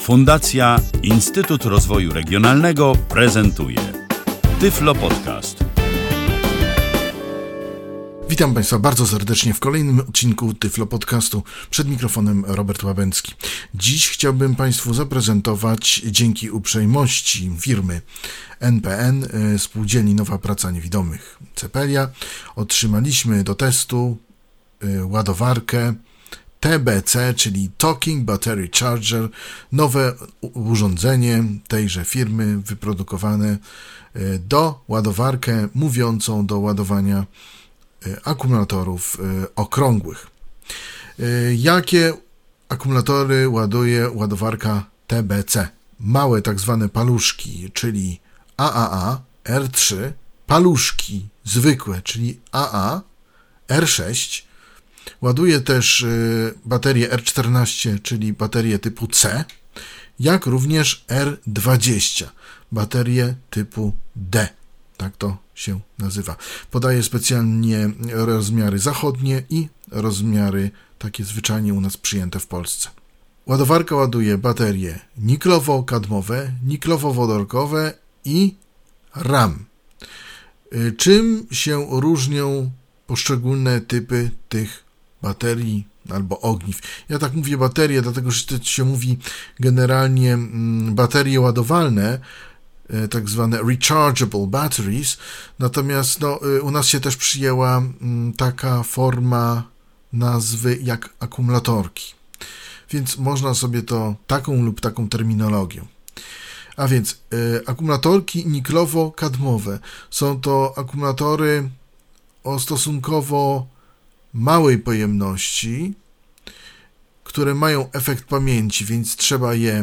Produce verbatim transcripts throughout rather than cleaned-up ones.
Fundacja Instytut Rozwoju Regionalnego prezentuje Tyflo Podcast. Witam Państwa bardzo serdecznie w kolejnym odcinku Tyflo Podcastu. Przed mikrofonem Robert Łabęcki. Dziś chciałbym Państwu zaprezentować, dzięki uprzejmości firmy N P N, Spółdzielni Nowa Praca Niewidomych Cepelia, otrzymaliśmy do testu ładowarkę T B C, czyli Talking Battery Charger, nowe urządzenie tejże firmy wyprodukowane do ładowarkę mówiącą do ładowania akumulatorów okrągłych. Jakie akumulatory ładuje ładowarka T B C? Małe tak zwane paluszki, czyli A A A, R trzy, paluszki zwykłe, czyli A A, R sześć, ładuje też baterię R czternaście, czyli baterię typu C, jak również R dwadzieścia, baterię typu D. Tak to się nazywa. Podaje specjalnie rozmiary zachodnie i rozmiary takie zwyczajnie u nas przyjęte w Polsce. Ładowarka ładuje baterie niklowo-kadmowe, niklowo-wodorkowe i RAM. Czym się różnią poszczególne typy tych baterii albo ogniw? Ja tak mówię baterie, dlatego że to się mówi generalnie baterie ładowalne, tak zwane rechargeable batteries, natomiast no, u nas się też przyjęła taka forma nazwy jak akumulatorki, więc można sobie to taką lub taką terminologią. A więc y, akumulatorki niklowo-kadmowe są to akumulatory o stosunkowo małej pojemności, które mają efekt pamięci, więc trzeba je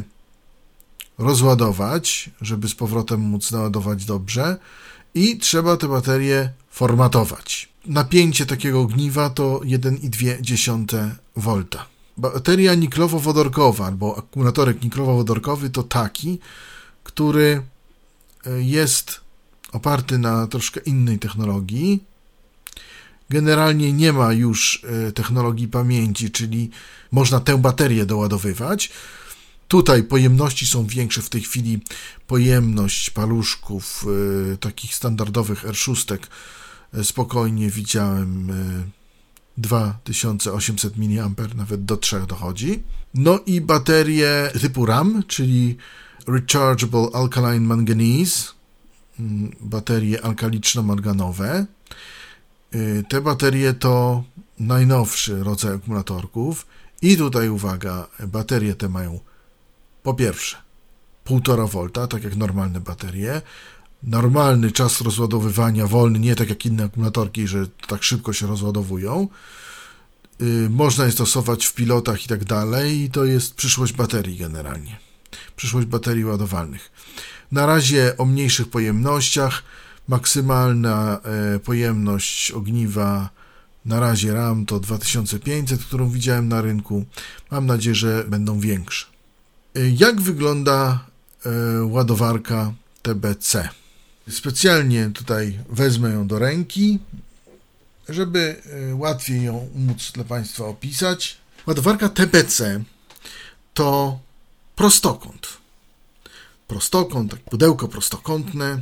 rozładować, żeby z powrotem móc naładować dobrze, i trzeba te baterie formatować. Napięcie takiego ogniwa to jeden przecinek dwa wolta. Bateria niklowo-wodorkowa albo akumulatorek niklowo-wodorkowy to taki, który jest oparty na troszkę innej technologii. Generalnie nie ma już technologii pamięci, czyli można tę baterię doładowywać. Tutaj pojemności są większe. W tej chwili pojemność paluszków y, takich standardowych R sześć y, spokojnie widziałem y, dwa tysiące osiemset miliamperów, nawet do trzech dochodzi. No i baterie typu RAM, czyli Rechargeable Alkaline Manganese, y, baterie alkaliczno-manganowe. Y, te baterie to najnowszy rodzaj akumulatorków i tutaj uwaga, baterie te mają po pierwsze półtora wolta, tak jak normalne baterie. Normalny czas rozładowywania wolny, nie tak jak inne akumulatorki, że tak szybko się rozładowują. Yy, można je stosować w pilotach i tak dalej, i to jest przyszłość baterii generalnie. Przyszłość baterii ładowalnych. Na razie o mniejszych pojemnościach. Maksymalna e, pojemność ogniwa na razie RAM to dwa tysiące pięćset, którą widziałem na rynku. Mam nadzieję, że będą większe. Jak wygląda e, ładowarka T B C? Specjalnie tutaj wezmę ją do ręki, żeby e, łatwiej ją móc dla Państwa opisać. Ładowarka T B C to prostokąt. Prostokąt, tak pudełko prostokątne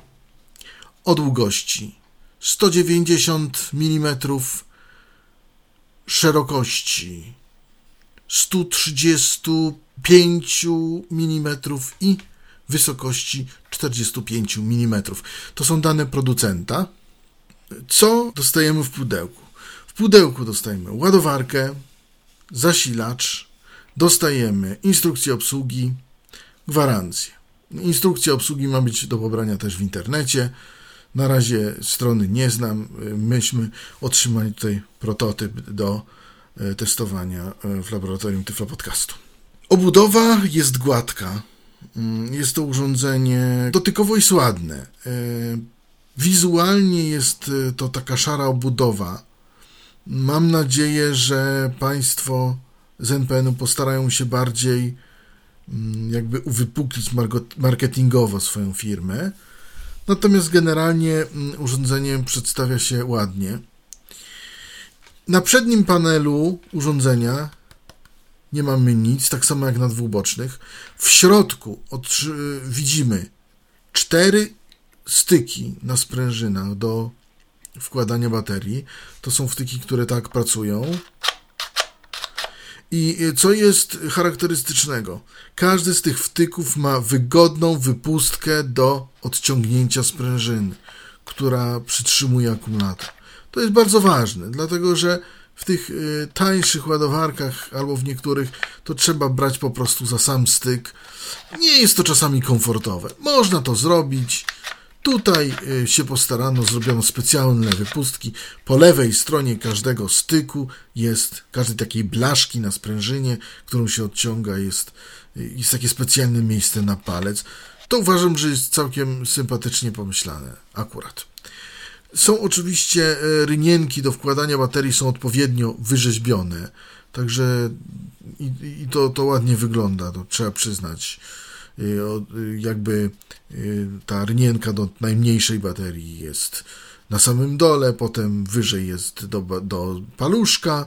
o długości sto dziewięćdziesiąt milimetrów, szerokości sto trzydzieści pięć milimetrów i wysokości czterdzieści pięć milimetrów. To są dane producenta. Co dostajemy w pudełku? W pudełku dostajemy ładowarkę, zasilacz, dostajemy instrukcję obsługi, gwarancję. Instrukcja obsługi ma być do pobrania też w internecie. Na razie strony nie znam. Myśmy otrzymali tutaj prototyp do testowania w laboratorium Tyflo Podcastu. Obudowa jest gładka. Jest to urządzenie dotykowo jest ładne. Wizualnie jest to taka szara obudowa. Mam nadzieję, że Państwo z N P N-u postarają się bardziej jakby uwypuklić marketingowo swoją firmę. Natomiast generalnie urządzenie przedstawia się ładnie. Na przednim panelu urządzenia nie mamy nic, tak samo jak na dwubocznych. W środku otrzy- widzimy cztery styki na sprężynach do wkładania baterii. To są wtyki, które tak pracują. I co jest charakterystycznego? Każdy z tych wtyków ma wygodną wypustkę do odciągnięcia sprężyny, która przytrzymuje akumulator. To jest bardzo ważne, dlatego że w tych y, tańszych ładowarkach albo w niektórych to trzeba brać po prostu za sam styk. Nie jest to czasami komfortowe. Można to zrobić. Tutaj y, się postarano, zrobiono specjalne wypustki. Po lewej stronie każdego styku jest, każdej takiej blaszki na sprężynie, którą się odciąga, jest, y, jest takie specjalne miejsce na palec. To uważam, że jest całkiem sympatycznie pomyślane akurat. Są oczywiście rynienki do wkładania baterii, są odpowiednio wyrzeźbione, także i, i to, to ładnie wygląda, to trzeba przyznać. Jakby ta rynienka do najmniejszej baterii jest na samym dole, potem wyżej jest do, do paluszka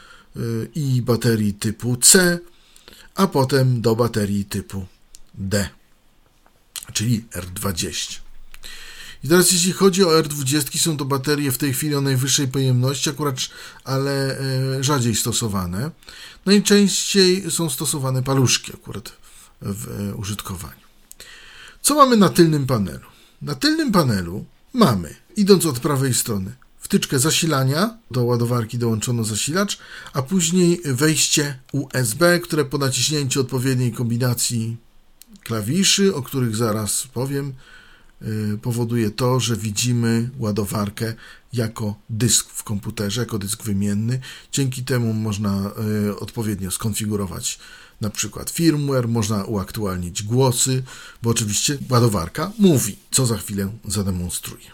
i baterii typu C, a potem do baterii typu D, czyli R dwadzieścia. I teraz jeśli chodzi o R dwadzieścia, są to baterie w tej chwili o najwyższej pojemności, akurat, ale e, rzadziej stosowane. Najczęściej są stosowane paluszki akurat w, w e, użytkowaniu. Co mamy na tylnym panelu? Na tylnym panelu mamy, idąc od prawej strony, wtyczkę zasilania, do ładowarki dołączono zasilacz, a później wejście U S B, które po naciśnięciu odpowiedniej kombinacji klawiszy, o których zaraz powiem, powoduje to, że widzimy ładowarkę jako dysk w komputerze, jako dysk wymienny. Dzięki temu można odpowiednio skonfigurować na przykład firmware, można uaktualnić głosy, bo oczywiście ładowarka mówi, co za chwilę zademonstruję.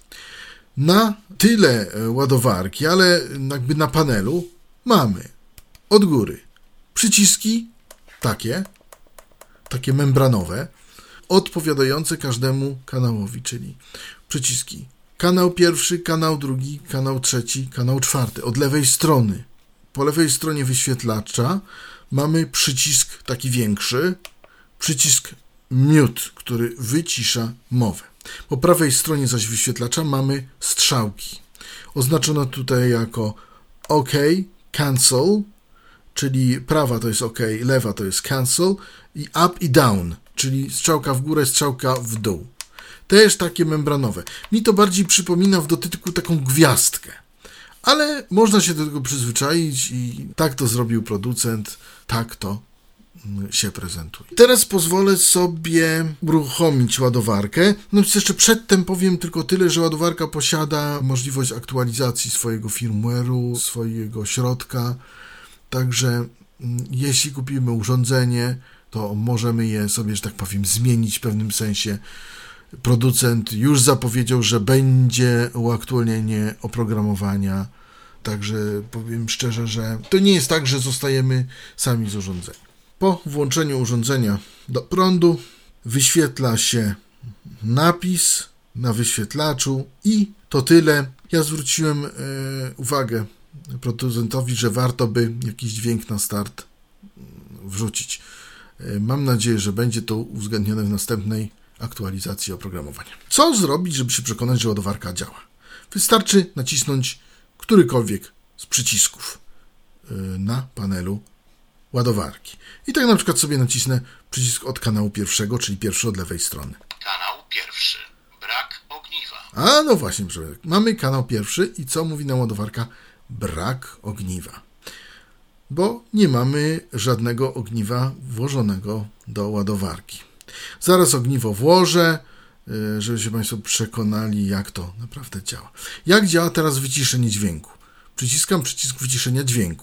Na tyle ładowarki, ale jakby na panelu mamy od góry przyciski takie, takie membranowe, odpowiadające każdemu kanałowi, czyli przyciski kanał pierwszy, kanał drugi, kanał trzeci, kanał czwarty. Od lewej strony, po lewej stronie wyświetlacza mamy przycisk taki większy, przycisk mute, który wycisza mowę. Po prawej stronie zaś wyświetlacza mamy strzałki. Oznaczono tutaj jako OK, cancel, czyli prawa to jest OK, lewa to jest cancel i up i down, czyli strzałka w górę, strzałka w dół. Też takie membranowe. Mi to bardziej przypomina w dotyku taką gwiazdkę. Ale można się do tego przyzwyczaić i tak to zrobił producent, tak to się prezentuje. Teraz pozwolę sobie uruchomić ładowarkę. No jeszcze przedtem powiem tylko tyle, że ładowarka posiada możliwość aktualizacji swojego firmware'u, swojego środka. Także jeśli kupimy urządzenie, to możemy je sobie, że tak powiem, zmienić w pewnym sensie. Producent już zapowiedział, że będzie uaktualnienie oprogramowania, także powiem szczerze, że to nie jest tak, że zostajemy sami z urządzeniem. Po włączeniu urządzenia do prądu wyświetla się napis na wyświetlaczu i to tyle. Ja zwróciłem e, uwagę producentowi, że warto by jakiś dźwięk na start wrzucić. E, mam nadzieję, że będzie to uwzględnione w następnej aktualizacji oprogramowania. Co zrobić, żeby się przekonać, że ładowarka działa? Wystarczy nacisnąć którykolwiek z przycisków na panelu ładowarki. I tak na przykład sobie nacisnę przycisk od kanału pierwszego, czyli pierwszy od lewej strony. Kanał pierwszy. Brak ogniwa. A no właśnie, mamy kanał pierwszy i co mówi nam ładowarka? Brak ogniwa. Bo nie mamy żadnego ogniwa włożonego do ładowarki. Zaraz ogniwo włożę, żeby się Państwo przekonali, jak to naprawdę działa. Jak działa teraz wyciszenie dźwięku? Przyciskam przycisk wyciszenia dźwięku.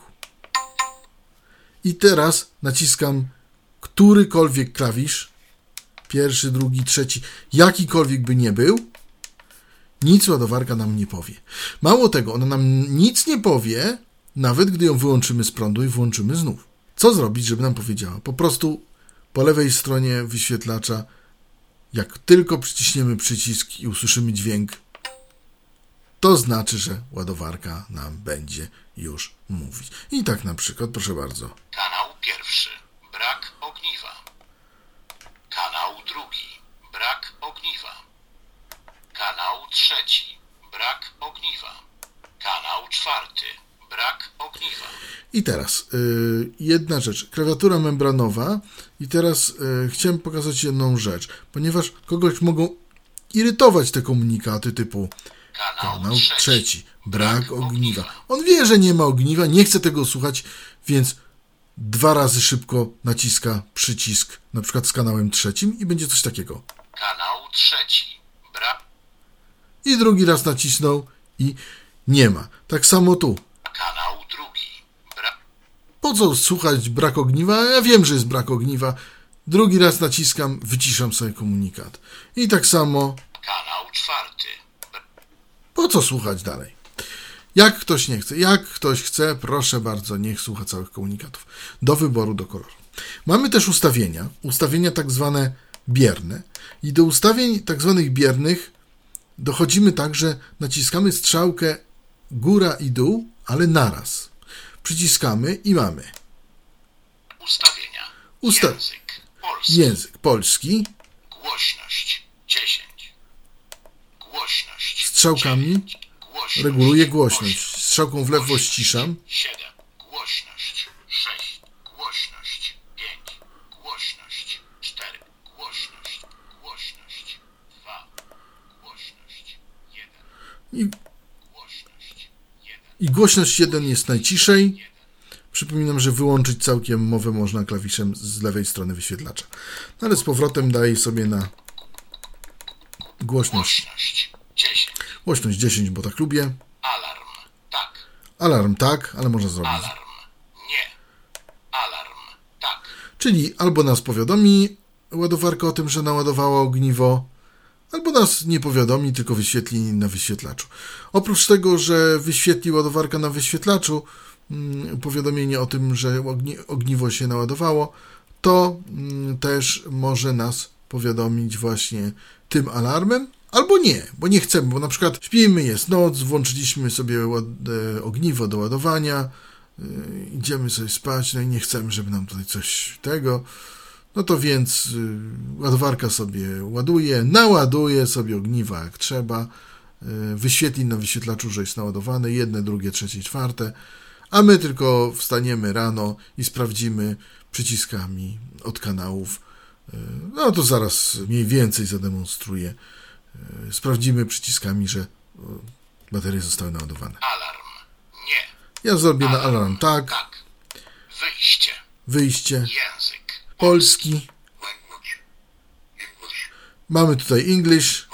I teraz naciskam którykolwiek klawisz, pierwszy, drugi, trzeci, jakikolwiek by nie był, nic ładowarka nam nie powie. Mało tego, ona nam nic nie powie, nawet gdy ją wyłączymy z prądu i włączymy znów. Co zrobić, żeby nam powiedziała? Po prostu po lewej stronie wyświetlacza, jak tylko przyciśniemy przycisk i usłyszymy dźwięk, to znaczy, że ładowarka nam będzie już mówić. I tak na przykład, proszę bardzo. Kanał pierwszy. Brak ogniwa. Kanał drugi. Brak ogniwa. Kanał trzeci. Brak ogniwa. Kanał czwarty. Brak ogniwa. I teraz yy, jedna rzecz. Klawiatura membranowa. I teraz yy, chciałem pokazać jedną rzecz. Ponieważ kogoś mogą irytować te komunikaty typu Kanał, kanał trzeci. trzeci. Brak Brak ogniwa. ogniwa. On wie, że nie ma ogniwa, nie chce tego słuchać, więc dwa razy szybko naciska przycisk, na przykład z kanałem trzecim i będzie coś takiego. Kanał trzeci. Brak. I drugi raz nacisnął i nie ma. Tak samo tu. Kanał drugi. Brak. Po co słuchać brak ogniwa? Ja wiem, że jest brak ogniwa. Drugi raz naciskam, wyciszam sobie komunikat. I tak samo, Kanał czwarty. po co słuchać dalej? Jak ktoś nie chce, jak ktoś chce, proszę bardzo, niech słucha całych komunikatów. Do wyboru, do koloru. Mamy też ustawienia, ustawienia tak zwane bierne. I do ustawień tak zwanych biernych dochodzimy tak, że naciskamy strzałkę góra i dół, ale naraz. Przyciskamy i mamy Ustawienia. Usta- Język polski. język polski, Głośność dziesięć. Głośność strzałkami dziewięć. Głośność reguluję głośność. osiem. Strzałką w lewo ściszam. siedem. Głośność sześć. Głośność pięć. Głośność cztery. Głośność. Głośność dwa. Głośność jeden. I, Głośność jeden. I głośność jeden jest najciszej. Przypominam, że wyłączyć całkiem mowę można klawiszem z lewej strony wyświetlacza. No ale z powrotem daję sobie na głośność. Głośność dziesięć. Głośność dziesięć, bo tak lubię. Alarm. Tak. Alarm tak, ale można zrobić. Alarm. Nie. Alarm. Tak. Czyli albo nas powiadomi ładowarka o tym, że naładowała ogniwo, albo nas nie powiadomi, tylko wyświetli na wyświetlaczu. Oprócz tego, że wyświetli ładowarka na wyświetlaczu mm, powiadomienie o tym, że ogni- ogniwo się naładowało, to mm, też może nas powiadomić właśnie tym alarmem, albo nie, bo nie chcemy, bo na przykład śpimy, jest noc, włączyliśmy sobie ład- e, ogniwo do ładowania, e, idziemy sobie spać, no i nie chcemy, żeby nam tutaj coś tego, no to więc y, ładowarka sobie ładuje, naładuje sobie ogniwa jak trzeba, y, wyświetli na wyświetlaczu, że jest naładowane, jedne, drugie, trzecie, czwarte, a my tylko wstaniemy rano i sprawdzimy przyciskami od kanałów, y, no to zaraz mniej więcej zademonstruję, y, sprawdzimy przyciskami, że y, baterie zostały naładowane. Alarm. Nie. Ja zrobię na alarm tak, Tak. Wyjście. wyjście, Język. polski, Language. English. mamy tutaj English,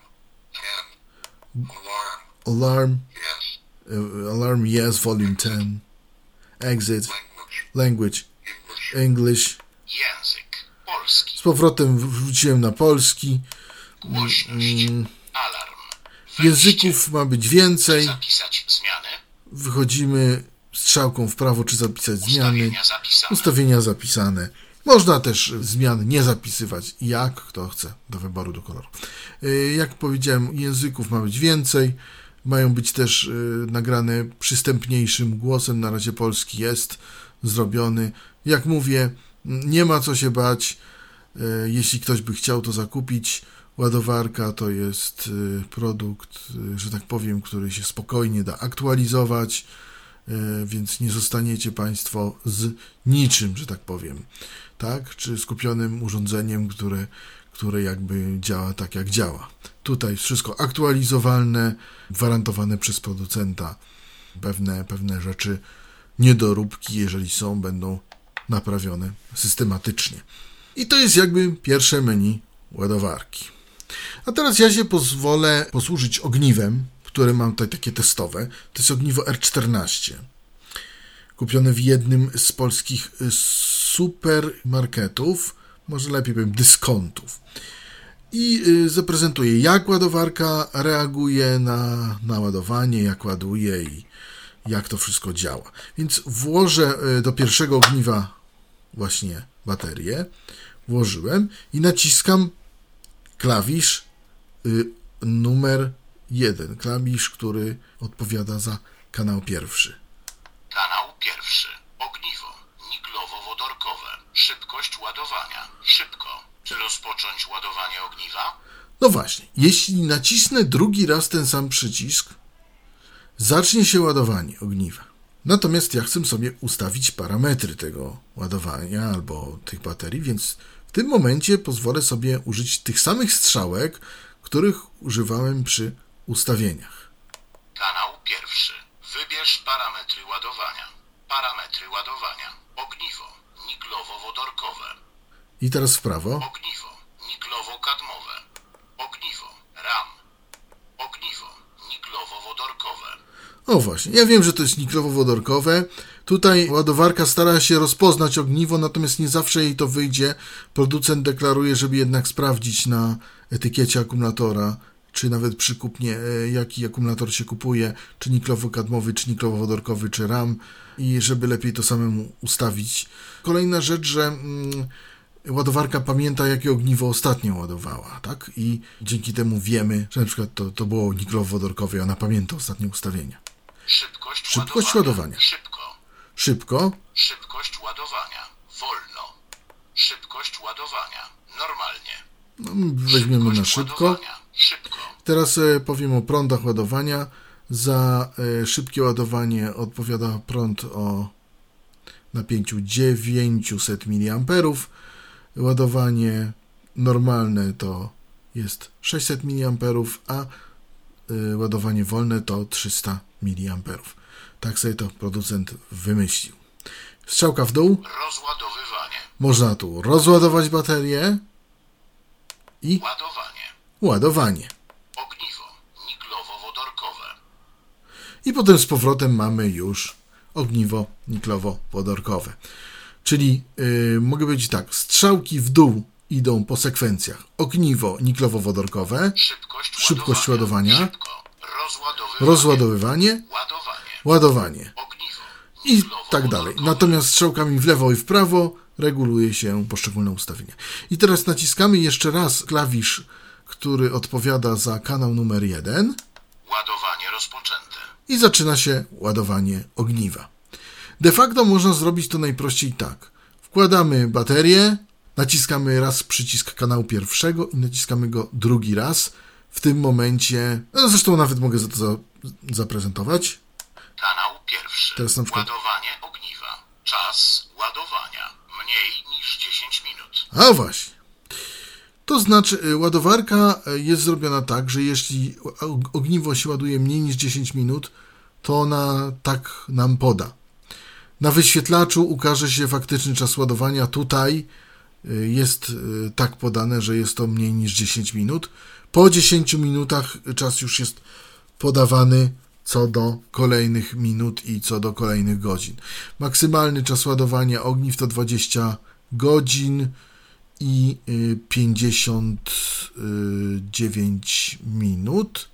Volume. ten. Alarm. alarm, Yes. Uh, alarm yes, volume ten, exit, Language. language, English. English. Język. Polski. Z powrotem wróciłem na polski. Głośność. Mm, Alarm. Wyjście. Języków ma być więcej. Zapisać zmiany. Wychodzimy strzałką w prawo, czy zapisać zmiany. Ustawienia zapisane. Ustawienia zapisane. Można też zmian nie zapisywać, jak kto chce, do wyboru, do koloru. Y, Jak powiedziałem, języków ma być więcej. Mają być też y, nagrane przystępniejszym głosem. Na razie polski jest zrobiony. Jak mówię, nie ma co się bać. Y, Jeśli ktoś by chciał to zakupić, ładowarka to jest y, produkt, y, że tak powiem, który się spokojnie da aktualizować, y, więc nie zostaniecie Państwo z niczym, że tak powiem, tak? Czy skupionym urządzeniem, które, które jakby działa tak, jak działa. Tutaj wszystko aktualizowalne, gwarantowane przez producenta. Pewne, pewne rzeczy, niedoróbki, jeżeli są, będą naprawione systematycznie. I to jest jakby pierwsze menu ładowarki. A teraz ja się pozwolę posłużyć ogniwem, które mam tutaj takie testowe. To jest ogniwo R czternaście. Kupione w jednym z polskich supermarketów, może lepiej powiem dyskontów. I zaprezentuję, jak ładowarka reaguje na naładowanie, jak ładuje i jak to wszystko działa. Więc włożę do pierwszego ogniwa właśnie baterię. Włożyłem i naciskam klawisz y, numer jeden. Klawisz, który odpowiada za kanał pierwszy. Kanał pierwszy. Ogniwo. Niklowo-wodorowe. Szybkość ładowania. Szybko. Czy rozpocząć ładowanie ogniwa? No właśnie, jeśli nacisnę drugi raz ten sam przycisk, zacznie się ładowanie ogniwa. Natomiast ja chcę sobie ustawić parametry tego ładowania albo tych baterii, więc w tym momencie pozwolę sobie użyć tych samych strzałek, których używałem przy ustawieniach. Kanał pierwszy. Wybierz parametry ładowania. Parametry ładowania. Ogniwo. Niklowo-wodorkowe. I teraz w prawo. Ogniwo. Niklowo-kadmowe. Ogniwo. RAM. Ogniwo. Niklowo-wodorkowe. O właśnie, ja wiem, że to jest niklowo-wodorkowe. Tutaj ładowarka stara się rozpoznać ogniwo, natomiast nie zawsze jej to wyjdzie. Producent deklaruje, żeby jednak sprawdzić na etykiecie akumulatora, czy nawet przy kupnie, jaki akumulator się kupuje, czy niklowo-kadmowy, czy niklowo-wodorkowy, czy RAM, i żeby lepiej to samemu ustawić. Kolejna rzecz, że mm, ładowarka pamięta, jakie ogniwo ostatnio ładowała, tak? I dzięki temu wiemy, że na przykład to, to było niklowo-wodorkowe i ona pamięta ostatnie ustawienia. Szybkość, Szybkość ładowania. ładowania. Szybko. Szybko. Szybkość ładowania. Wolno. Szybkość ładowania. Normalnie. No, weźmiemy na szybko. Ładowania. Szybko. Teraz e, powiem o prądach ładowania. Za e, szybkie ładowanie odpowiada prąd o napięciu dziewięćset miliamperów. Ładowanie normalne to jest sześćset miliamperów, a y, ładowanie wolne to trzysta miliamperów. Tak sobie to producent wymyślił. Strzałka w dół. Rozładowywanie. Można tu rozładować baterię i Ładowanie. ładowanie. Ogniwo. Niklowo-wodorkowe. I potem z powrotem mamy już ogniwo niklowo-wodorkowe. Czyli yy, mogę powiedzieć tak, strzałki w dół idą po sekwencjach. Ogniwo niklowo-wodorkowe, Szybkość, szybkość ładowania, Szybko. Rozładowywanie. rozładowywanie, Ładowanie. ładowanie Ogniwo. i tak dalej. Natomiast strzałkami w lewo i w prawo reguluje się poszczególne ustawienia. I teraz naciskamy jeszcze raz klawisz, który odpowiada za kanał numer jeden Ładowanie rozpoczęte. i zaczyna się ładowanie ogniwa. De facto można zrobić to najprościej tak. Wkładamy baterię, naciskamy raz przycisk kanału pierwszego i naciskamy go drugi raz. W tym momencie, no zresztą nawet mogę to za, zaprezentować. Kanał pierwszy. Teraz na przykład- Ładowanie ogniwa. Czas ładowania. Mniej niż dziesięć minut. A właśnie. To znaczy y, ładowarka y, jest zrobiona tak, że jeśli o- ogniwo się ładuje mniej niż dziesięć minut, to ona tak nam poda. Na wyświetlaczu ukaże się faktyczny czas ładowania. Tutaj y, jest y, tak podane, że jest to mniej niż dziesięć minut. Po dziesięciu minutach czas już jest podawany co do kolejnych minut i co do kolejnych godzin. Maksymalny czas ładowania ogniw to dwadzieścia godzin i y, pięćdziesiąt dziewięć minut.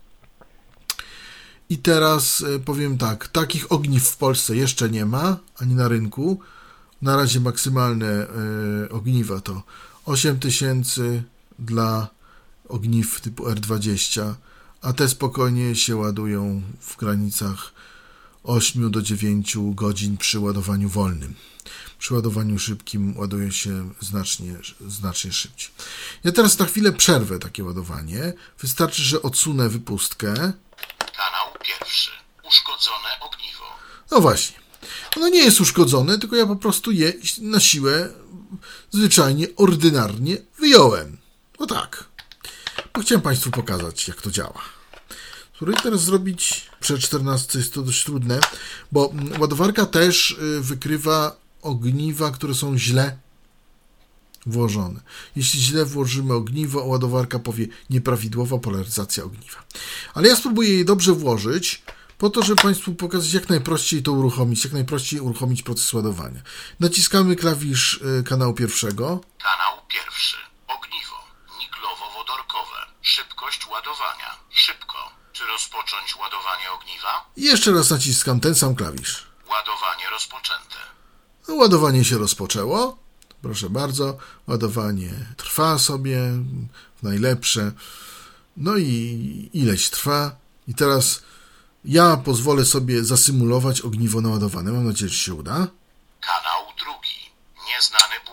I teraz y, powiem tak, takich ogniw w Polsce jeszcze nie ma, ani na rynku. Na razie maksymalne y, ogniwa to osiem tysięcy dla ogniw typu R dwadzieścia, a te spokojnie się ładują w granicach osiem do dziewięciu godzin przy ładowaniu wolnym. Przy ładowaniu szybkim ładuje się znacznie, znacznie szybciej. Ja teraz na chwilę przerwę takie ładowanie. Wystarczy, że odsunę wypustkę. Kanał pierwszy. Uszkodzone ogniwo. No właśnie. Ono nie jest uszkodzone, tylko ja po prostu je na siłę zwyczajnie, ordynarnie wyjąłem. No tak. Bo chciałem Państwu pokazać, jak to działa. Spróbuję teraz zrobić przed czternastą, jest to dość trudne, bo ładowarka też wykrywa ogniwa, które są źle włożone. Jeśli źle włożymy ogniwo, ładowarka powie nieprawidłowa polaryzacja ogniwa. Ale ja spróbuję je dobrze włożyć, po to, żeby Państwu pokazać, jak najprościej to uruchomić, jak najprościej uruchomić proces ładowania. Naciskamy klawisz kanału pierwszego. Kanał pierwszy. Ogniwo. Niklowo-wodorkowe. Szybkość ładowania. Szybko. Czy rozpocząć ładowanie ogniwa? I jeszcze raz naciskam ten sam klawisz. Ładowanie rozpoczęte. No, ładowanie się rozpoczęło. Proszę bardzo, ładowanie trwa sobie w najlepsze. No i ileś trwa. I teraz ja pozwolę sobie zasymulować ogniwo naładowane. Mam nadzieję, że się uda. Kanał drugi. Nieznany błąd.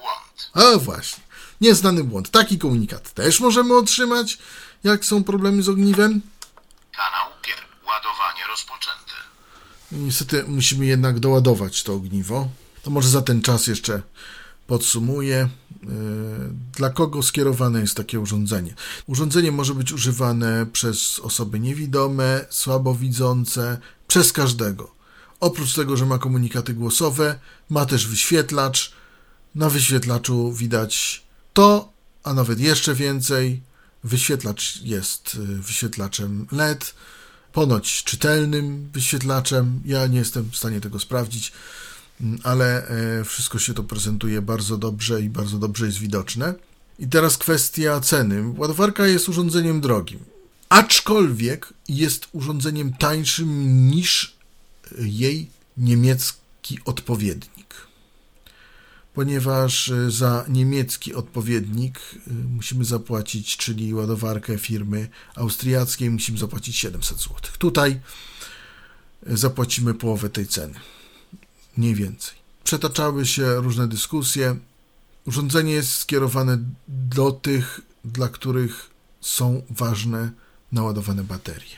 błąd. A właśnie, nieznany błąd. Taki komunikat też możemy otrzymać, jak są problemy z ogniwem. Kanał pierwszy. Ładowanie rozpoczęte. Niestety musimy jednak doładować to ogniwo. To może za ten czas jeszcze podsumuję, dla kogo skierowane jest takie urządzenie. Urządzenie może być używane przez osoby niewidome, słabowidzące, przez każdego. Oprócz tego, że ma komunikaty głosowe, ma też wyświetlacz. Na wyświetlaczu widać to, a nawet jeszcze więcej. Wyświetlacz jest wyświetlaczem L E D, ponoć czytelnym wyświetlaczem. Ja nie jestem w stanie tego sprawdzić, ale wszystko się to prezentuje bardzo dobrze i bardzo dobrze jest widoczne. I teraz kwestia ceny. Ładowarka jest urządzeniem drogim, aczkolwiek jest urządzeniem tańszym niż jej niemiecki odpowiednik. Ponieważ za niemiecki odpowiednik musimy zapłacić, czyli ładowarkę firmy austriackiej, musimy zapłacić siedemset złotych. Tutaj zapłacimy połowę tej ceny. Mniej więcej. Przetaczały się różne dyskusje. Urządzenie jest skierowane do tych, dla których są ważne naładowane baterie.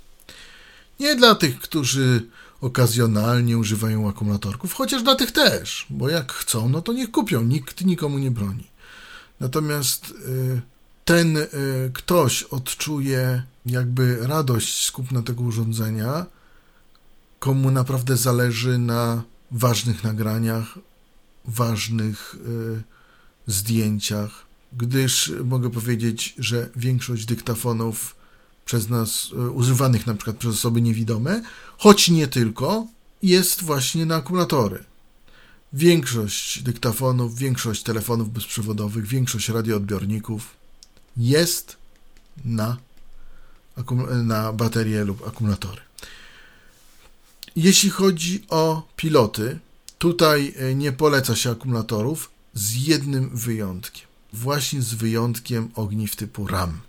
Nie dla tych, którzy okazjonalnie używają akumulatorków, chociaż dla tych też, bo jak chcą, no to niech kupią, nikt nikomu nie broni. Natomiast ten ktoś odczuje jakby radość z kupna tego urządzenia, komu naprawdę zależy na ważnych nagraniach, ważnych y, zdjęciach, gdyż mogę powiedzieć, że większość dyktafonów przez nas, y, używanych na przykład przez osoby niewidome, choć nie tylko, jest właśnie na akumulatory. Większość dyktafonów, większość telefonów bezprzewodowych, większość radioodbiorników jest na, akum- na baterie lub akumulatory. Jeśli chodzi o piloty, tutaj nie poleca się akumulatorów z jednym wyjątkiem. Właśnie z wyjątkiem ogniw typu RAM.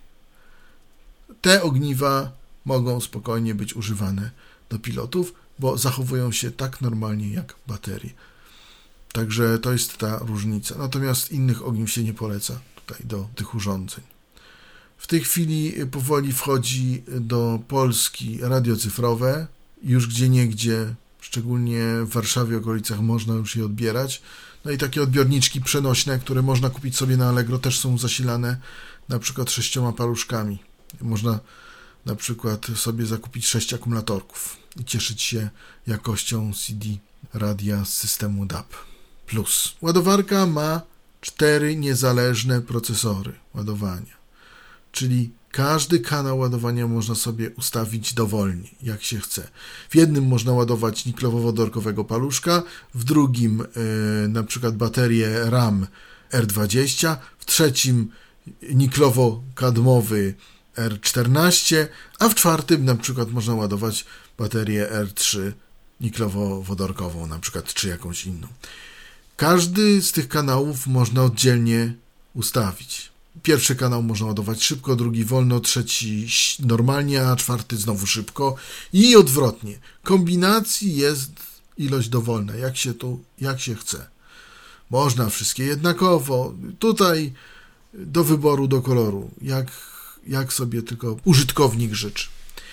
Te ogniwa mogą spokojnie być używane do pilotów, bo zachowują się tak normalnie jak baterie. Także to jest ta różnica. Natomiast innych ogniw się nie poleca tutaj do tych urządzeń. W tej chwili powoli wchodzi do Polski radio cyfrowe. Już gdzieniegdzie, szczególnie w Warszawie, okolicach, można już je odbierać. No i takie odbiorniczki przenośne, które można kupić sobie na Allegro, też są zasilane na przykład sześcioma paluszkami. Można na przykład sobie zakupić sześć akumulatorków i cieszyć się jakością C D radia z systemu D A B plus. Ładowarka ma cztery niezależne procesory ładowania, czyli każdy kanał ładowania można sobie ustawić dowolnie, jak się chce. W jednym można ładować niklowo-wodorkowego paluszka, w drugim yy, na przykład baterię RAM R dwadzieścia, w trzecim niklowo-kadmowy R czternaście, a w czwartym na przykład można ładować baterię R trzy niklowo-wodorkową na przykład, czy jakąś inną. Każdy z tych kanałów można oddzielnie ustawić. Pierwszy kanał można ładować szybko, drugi wolno, trzeci normalnie, a czwarty znowu szybko i odwrotnie. Kombinacji jest ilość dowolna, jak się tu, jak się chce. Można wszystkie jednakowo, tutaj do wyboru, do koloru, jak, jak sobie tylko użytkownik życzy.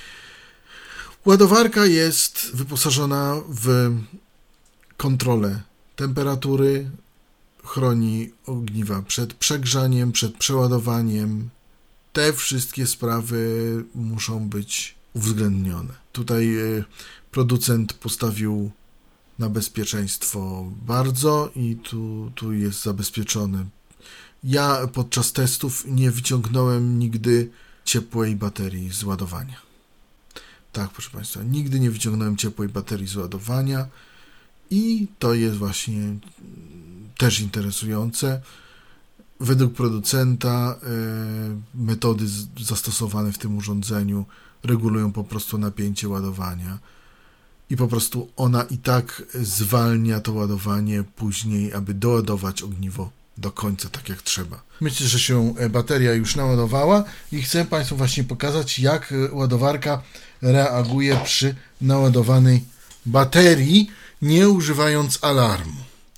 Ładowarka jest wyposażona w kontrolę temperatury, chroni ogniwa przed przegrzaniem, przed przeładowaniem. Te wszystkie sprawy muszą być uwzględnione. Tutaj producent postawił na bezpieczeństwo bardzo i tu, tu jest zabezpieczony. Ja podczas testów nie wyciągnąłem nigdy ciepłej baterii z ładowania. Tak, proszę Państwa, nigdy nie wyciągnąłem ciepłej baterii z ładowania i to jest właśnie też interesujące. Według producenta y, metody z, zastosowane w tym urządzeniu regulują po prostu napięcie ładowania i po prostu ona i tak zwalnia to ładowanie później, aby doładować ogniwo do końca, tak jak trzeba. Myślę, że się bateria już naładowała i chcę Państwu właśnie pokazać, jak ładowarka reaguje przy naładowanej baterii, nie używając alarmu.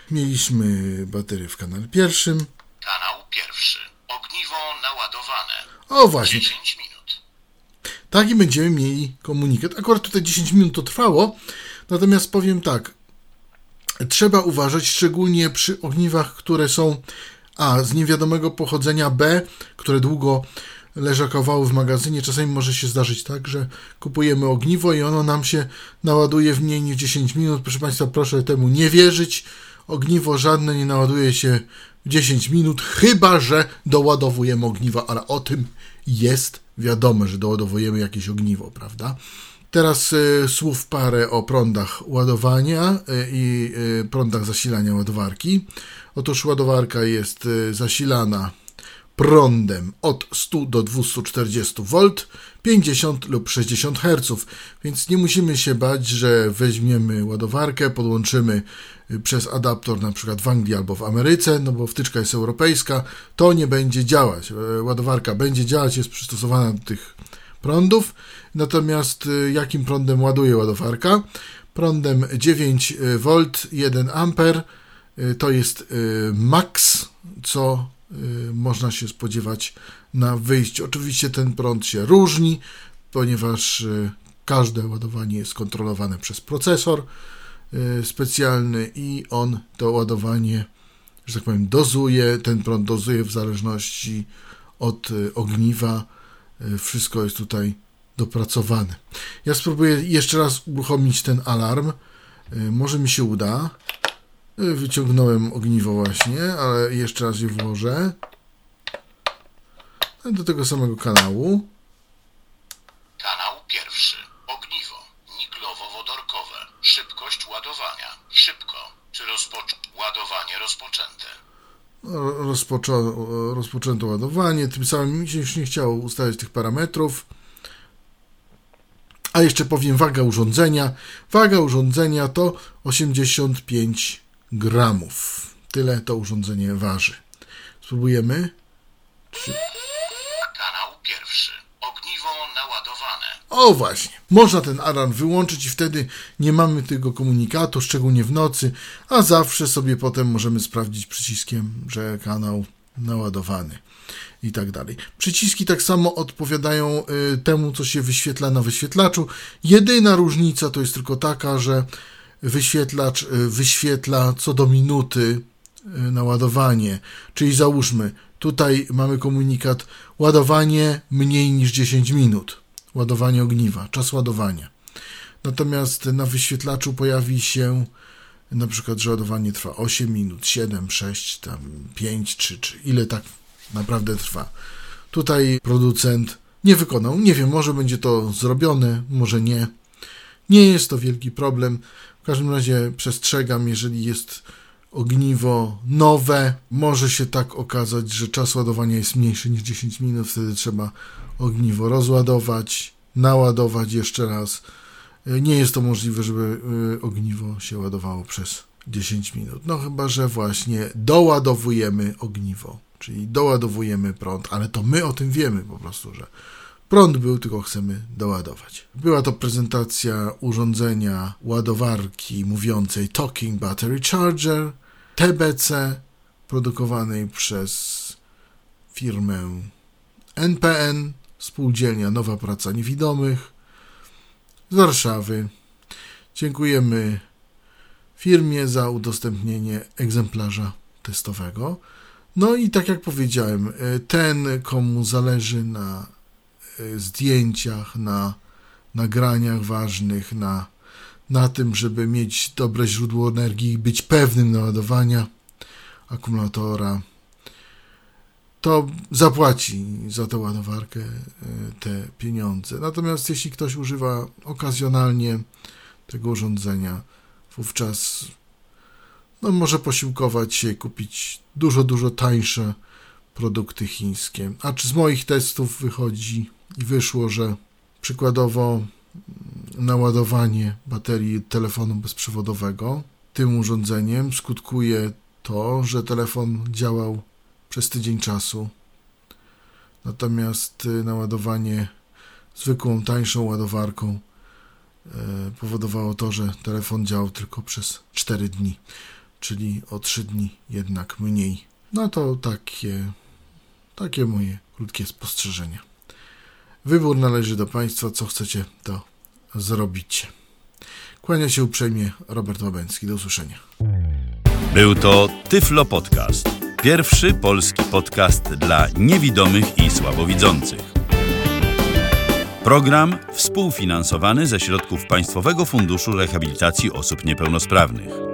Mieliśmy baterię w kanale pierwszym. Kanał pierwszy. Ogniwo naładowane. O właśnie, dziesięć minut. tak i będziemy mieli komunikat. Akurat tutaj dziesięć minut to trwało, natomiast powiem tak, trzeba uważać szczególnie przy ogniwach, które są a. z niewiadomego pochodzenia, b. które długo leżakowały w magazynie. Czasami może się zdarzyć tak, że kupujemy ogniwo i ono nam się naładuje w mniej niż dziesięć minut. Proszę Państwa, proszę temu nie wierzyć. Ogniwo żadne nie naładuje się w dziesięć minut, chyba że doładowujemy ogniwo, ale o tym jest wiadomo, że doładowujemy jakieś ogniwo, prawda? Teraz y, słów parę o prądach ładowania y, i y, prądach zasilania ładowarki. Otóż ładowarka jest y, zasilana prądem od stu do dwustu czterdziestu wolt, pięćdziesiąt lub sześćdziesiąt herców, więc nie musimy się bać, że weźmiemy ładowarkę, podłączymy przez adapter na przykład w Anglii albo w Ameryce, no bo wtyczka jest europejska, to nie będzie działać. Ładowarka będzie działać, jest przystosowana do tych prądów, natomiast jakim prądem ładuje ładowarka? Prądem dziewięć wolt, jeden amper, to jest maks, co można się spodziewać na wyjściu. Oczywiście ten prąd się różni, ponieważ każde ładowanie jest kontrolowane przez procesor specjalny i on to ładowanie, że tak powiem, dozuje. Ten prąd dozuje w zależności od ogniwa. Wszystko jest tutaj dopracowane. Ja spróbuję jeszcze raz uruchomić ten alarm. Może mi się uda. Wyciągnąłem ogniwo właśnie, ale jeszcze raz je włożę do tego samego kanału. Kanał pierwszy. Ogniwo. Niklowo-wodorkowe. Szybkość ładowania. Szybko. Czy rozpoczę... Ładowanie rozpoczęte. Rozpoczą... Rozpoczęto ładowanie. Tym samym mi się już nie chciało ustawiać tych parametrów. A jeszcze powiem waga urządzenia. Waga urządzenia to osiemdziesiąt pięć gramów. Tyle to urządzenie waży. Spróbujemy. Kanał pierwszy. Ogniwo naładowane. O właśnie. Można ten alarm wyłączyć i wtedy nie mamy tego komunikatu, szczególnie w nocy, a zawsze sobie potem możemy sprawdzić przyciskiem, że kanał naładowany i tak dalej. Przyciski tak samo odpowiadają y, temu, co się wyświetla na wyświetlaczu. Jedyna różnica to jest tylko taka, że wyświetlacz y, wyświetla co do minuty y, naładowanie. Czyli załóżmy, tutaj mamy komunikat ładowanie mniej niż dziesięć minut. Ładowanie ogniwa, czas ładowania. Natomiast na wyświetlaczu pojawi się na przykład, że ładowanie trwa osiem minut, siedem, sześć, tam pięć, trzy, czy ile tak naprawdę trwa. Tutaj producent nie wykonał, nie wiem, może będzie to zrobione, może nie. Nie jest to wielki problem. W każdym razie przestrzegam, jeżeli jest ogniwo nowe, może się tak okazać, że czas ładowania jest mniejszy niż dziesięć minut, wtedy trzeba ogniwo rozładować, naładować jeszcze raz. Nie jest to możliwe, żeby ogniwo się ładowało przez dziesięć minut. No chyba że właśnie doładowujemy ogniwo, czyli doładowujemy prąd, ale to my o tym wiemy po prostu, że prąd był, tylko chcemy doładować. Była to prezentacja urządzenia ładowarki mówiącej Talking Battery Charger T B C, produkowanej przez firmę N P N, Spółdzielnia Nowa Praca Niewidomych z Warszawy. Dziękujemy firmie za udostępnienie egzemplarza testowego. No i tak jak powiedziałem, ten, komu zależy na zdjęciach, na nagraniach ważnych, na, na tym, żeby mieć dobre źródło energii i być pewnym naładowania akumulatora, to zapłaci za tę ładowarkę te pieniądze. Natomiast jeśli ktoś używa okazjonalnie tego urządzenia, wówczas no, może posiłkować się, kupić dużo, dużo tańsze produkty chińskie. A czy z moich testów wychodzi i wyszło, że przykładowo naładowanie baterii telefonu bezprzewodowego tym urządzeniem skutkuje to, że telefon działał przez tydzień czasu. Natomiast naładowanie zwykłą, tańszą ładowarką powodowało to, że telefon działał tylko przez cztery dni. czyli o trzy dni jednak mniej. No to takie, takie moje krótkie spostrzeżenia. Wybór należy do Państwa, co chcecie, to zrobicie. Kłania się uprzejmie Robert Łabęcki. Do usłyszenia. Był to Tyflo Podcast. Pierwszy polski podcast dla niewidomych i słabowidzących. Program współfinansowany ze środków Państwowego Funduszu Rehabilitacji Osób Niepełnosprawnych.